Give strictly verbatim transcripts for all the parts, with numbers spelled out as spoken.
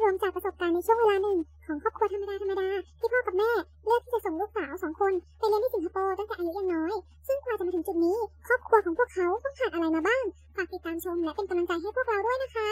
รวมจากประสบการณ์ในช่วงเวลาหนึ่งของครอบครัวธรรมดาธรรมดาที่พ่อกับแม่เลือกที่จะส่งลูกสาวสองคนไปเรียนที่สิงคโปร์ตั้งแต่อายุยังน้อยซึ่งกว่าจะมาถึงจุดนี้ครอบครัวของพวกเขาต้องผ่านอะไรมาบ้างฝากติดตามชมและเป็นกำลังใจให้พวกเราด้วยนะคะ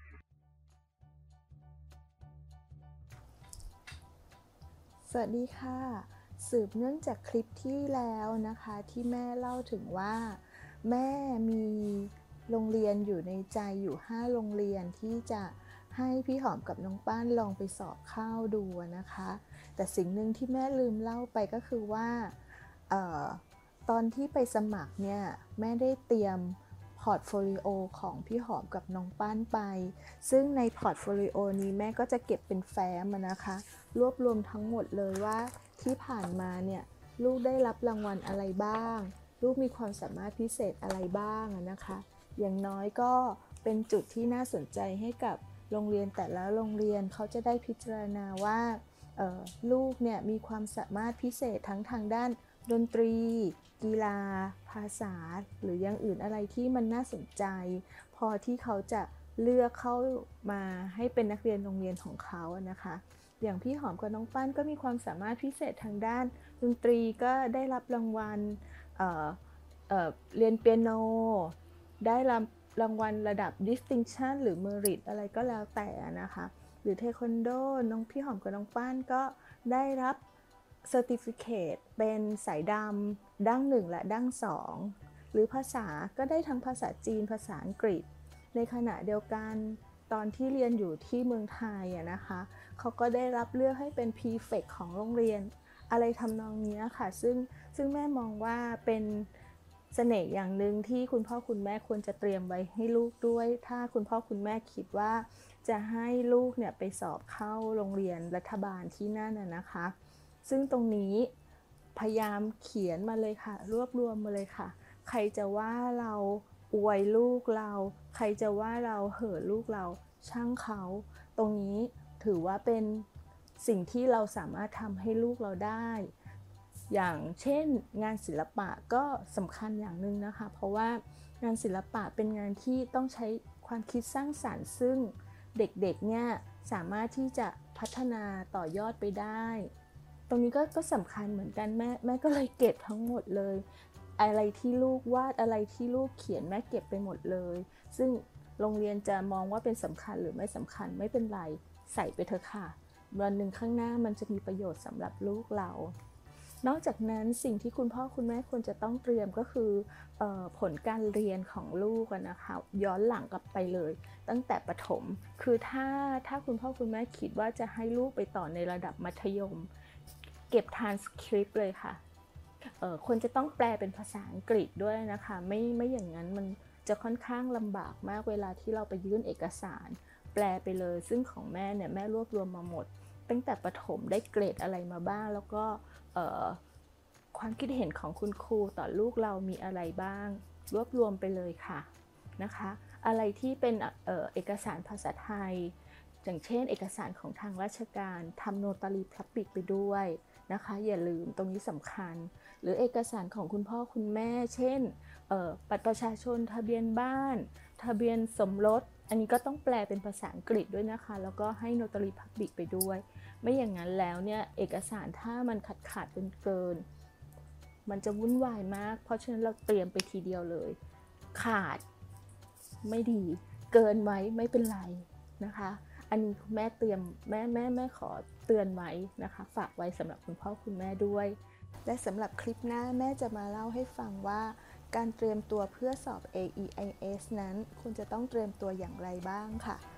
สวัสดีค่ะสืบเนื่องจากคลิปที่แล้วนะคะที่แม่เล่าถึงว่าแม่มีโรงเรียนอยู่ในใจอยู่ห้าโรงเรียนที่จะให้พี่หอมกับน้องป้านลองไปสอบเข้าดูนะคะแต่สิ่งหนึ่งที่แม่ลืมเล่าไปก็คือว่าเอ่อตอนที่ไปสมัครเนี่ยแม่ได้เตรียมพอร์ตโฟลิโอของพี่หอมกับน้องป้านไปซึ่งในพอร์ตโฟลิโอนี้แม่ก็จะเก็บเป็นแฟ้มนะคะรวบรวมทั้งหมดเลยว่าที่ผ่านมาเนี่ยลูกได้รับรางวัลอะไรบ้างลูกมีความสามารถพิเศษอะไรบ้างนะคะอย่างน้อยก็เป็นจุดที่น่าสนใจให้กับโรงเรียนแต่ละโรงเรียนเขาจะได้พิจารณาว่าลูกเนี่ยมีความสามารถพิเศษทั้งทางด้านดนตรีกีฬาภาษาหรืออย่างอื่นอะไรที่มันน่าสนใจพอที่เขาจะเลือกเข้ามาให้เป็นนักเรียนโรงเรียนของเขานะคะอย่างพี่หอมกับน้องปั้นก็มีความสามารถพิเศษทางด้านดนตรีก็ได้รับรางวัลเอ่อเอ่อเรียนเปียโนได้รับรางวัลระดับ distinction หรือ merit อะไรก็แล้วแต่นะคะหรือเทควันโดน้องพี่หอมกับน้องปั้นก็ได้รับCertificate เป็นสายดำดั้งหนึ่งและดั้งสองหรือภาษาก็ได้ทั้งภาษาจีนภาษาอังกฤษในขณะเดียวกันตอนที่เรียนอยู่ที่เมืองไทยอะนะคะเขาก็ได้รับเลือกให้เป็น Prefect ของโรงเรียนอะไรทำนองนี้ค่ะซึ่งซึ่งแม่มองว่าเป็นเสน่ห์อย่างหนึ่งที่คุณพ่อคุณแม่ควรจะเตรียมไว้ให้ลูกด้วยถ้าคุณพ่อคุณแม่คิดว่าจะให้ลูกเนี่ยไปสอบเข้าโรงเรียนรัฐบาลที่นั่นนะคะซึ่งตรงนี้พยายามเขียนมาเลยค่ะรวบรวมมาเลยค่ะใครจะว่าเราอวยลูกเราใครจะว่าเราเห่อลูกเราช่างเขาตรงนี้ถือว่าเป็นสิ่งที่เราสามารถทำให้ลูกเราได้อย่างเช่นงานศิลปะก็สำคัญอย่างหนึ่งนะคะเพราะว่างานศิลปะเป็นงานที่ต้องใช้ความคิดสร้างสรรค์ซึ่งเด็กๆเนี่ยสามารถที่จะพัฒนาต่อยอดไปได้ตรงนี้ก็ก็สำคัญเหมือนกันแม่แม่ก็เลยเก็บทั้งหมดเลยอะไรที่ลูกวาดอะไรที่ลูกเขียนแม่เก็บไปหมดเลยซึ่งโรงเรียนจะมองว่าเป็นสำคัญหรือไม่สำคัญไม่เป็นไรใส่ไปเถอะค่ะวันหนึ่งข้างหน้ามันจะมีประโยชน์สำหรับลูกเรานอกจากนั้นสิ่งที่คุณพ่อคุณแม่ควรจะต้องเตรียมก็คือเอ่อผลการเรียนของลูกนะคะย้อนหลังกลับไปเลยตั้งแต่ประถมคือถ้าถ้าคุณพ่อคุณแม่คิดว่าจะให้ลูกไปต่อในระดับมัธยมเก็บ transcript เลยค่ะเอ่อควรจะต้องแปลเป็นภาษาอังกฤษด้วยนะคะไม่ไม่อย่างนั้นมันจะค่อนข้างลำบากมากเวลาที่เราไปยื่นเอกสารแปลไปเลยซึ่งของแม่เนี่ยแม่รวบรวมมาหมดตั้งแต่ประถมได้เกรดอะไรมาบ้างแล้วก็ความคิดเห็นของคุณครูต่อลูกเรามีอะไรบ้างรวบรวมไปเลยค่ะนะคะอะไรที่เป็น เอ่อ เอกสารภาษาไทยอย่างเช่นเอกสารของทางราชการทำโนตารีพลับบิกไปด้วยนะคะอย่าลืมตรงนี้สำคัญหรือเอกสารของคุณพ่อคุณแม่เช่นบัตรประชาชนทะเบียนบ้านทะเบียนสมรสอันนี้ก็ต้องแปลเป็นภาษาอังกฤษด้วยนะคะแล้วก็ให้โนตารีพลับบิกไปด้วยไม่อย่างนั้นแล้วเนี่ยเอกสารถ้ามันขาดขาดเป็นเกินมันจะวุ่นวายมากเพราะฉะนั้นเราเตรียมไปทีเดียวเลยขาดไม่ดีเกินไว้ไม่เป็นไรนะคะอันนี้แม่เตรียมแม่แม่แม่ขอเตือนไว้นะคะฝากไว้สำหรับคุณพ่อคุณแม่ด้วยและสำหรับคลิปหน้าแม่จะมาเล่าให้ฟังว่าการเตรียมตัวเพื่อสอบ เอ อี ไอ เอส นั้นคุณจะต้องเตรียมตัวอย่างไรบ้างค่ะ